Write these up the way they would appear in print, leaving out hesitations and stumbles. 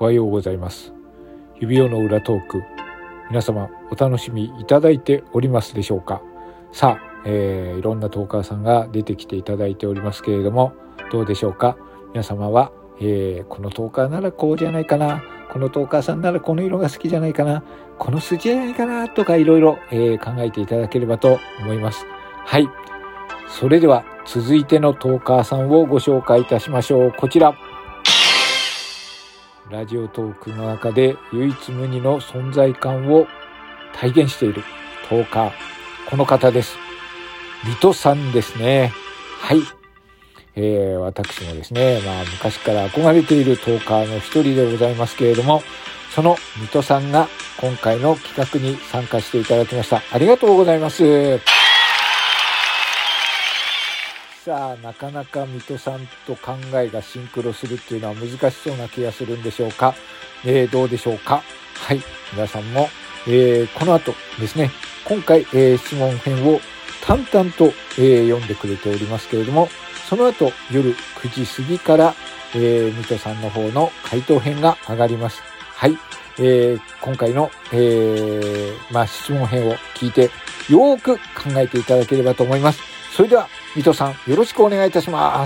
おはようございます。指輪の裏トーク、皆様お楽しみいただいておりますでしょうか。さあ、いろんなトーカーさんが出てきていただいておりますけれども、どうでしょうか。皆様は、このトーカーならこうじゃないかな、このトーカーさんならこの色が好きじゃないかな、この筋じゃないかなとかいろいろ考えていただければと思います。はい、それでは続いてのトーカーさんをご紹介いたしましょう。こちら、ラジオトークの中で唯一無二の存在感を体現しているトーカー、この方です。水戸さんですね。はい、私もですね、昔から憧れているトーカーの一人でございますけれども、その水戸さんが今回の企画に参加していただきました。ありがとうございます。さあ、なかなか水戸さんと考えがシンクロするっていうのは難しそうな気がするんでしょうか。どうでしょうか。はい、皆さんも、この後ですね、今回、質問編を淡々と、読んでくれておりますけれども、その後夜9時過ぎから、水戸さんの方の回答編が上がります。はい、今回の、質問編を聞いてよーく考えていただければと思います。それでは水戸さん、よろしくお願いいたします。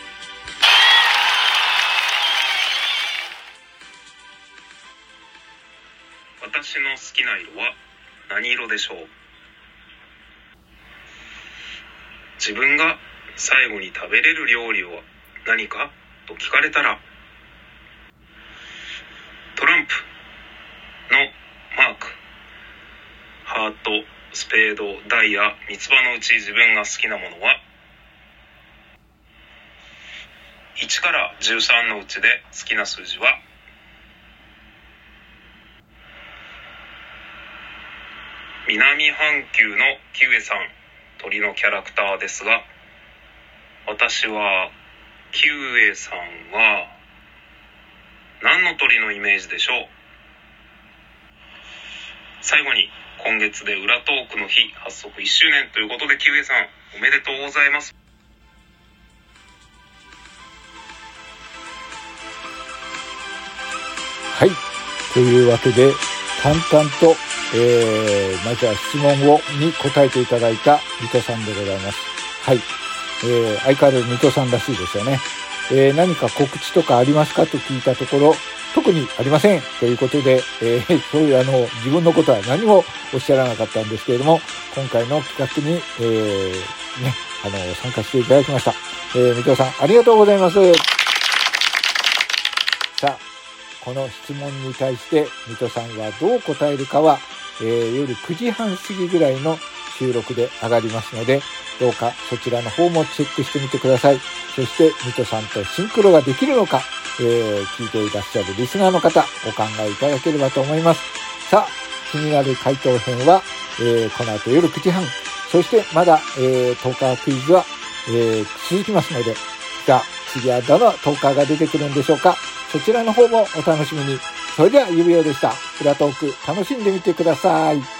私の好きな色は何色でしょう。自分が最後に食べれる料理は何かと聞かれたら、トランプのマーク、ハート、スペード、ダイヤ、三つ葉のうち自分が好きなものは、1から13のうちで好きな数字は、南半球のキウエさん、鳥のキャラクターですが、私はキウエさんは何の鳥のイメージでしょう。最後に、今月で裏トークの日発足1周年ということで、キウエさんおめでとうございます。 はい、というわけで淡々と、まずは質問に答えていただいた水戸さんでございます。はい、相変わらず水戸さんらしいですよね。何か告知とかありますかと聞いたところ、特にありませんということで、そういう自分のことは何もおっしゃらなかったんですけれども、今回の企画に、参加していただきました。水戸さん、ありがとうございます。さあ、この質問に対して水戸さんはどう答えるかは、夜9時半過ぎぐらいの収録で上がりますので、どうかそちらの方もチェックしてみてください。そして水戸さんとシンクロができるのか、聞いていらっしゃるリスナーの方、お考えいただければと思います。さあ、気になる回答編は、この後夜9時半、そしてまだ、トーカークイズは、続きますので、さあ次はどのトーカーが出てくるんでしょうか。そちらの方もお楽しみに。それでは指輪でした。裏トーク楽しんでみてください。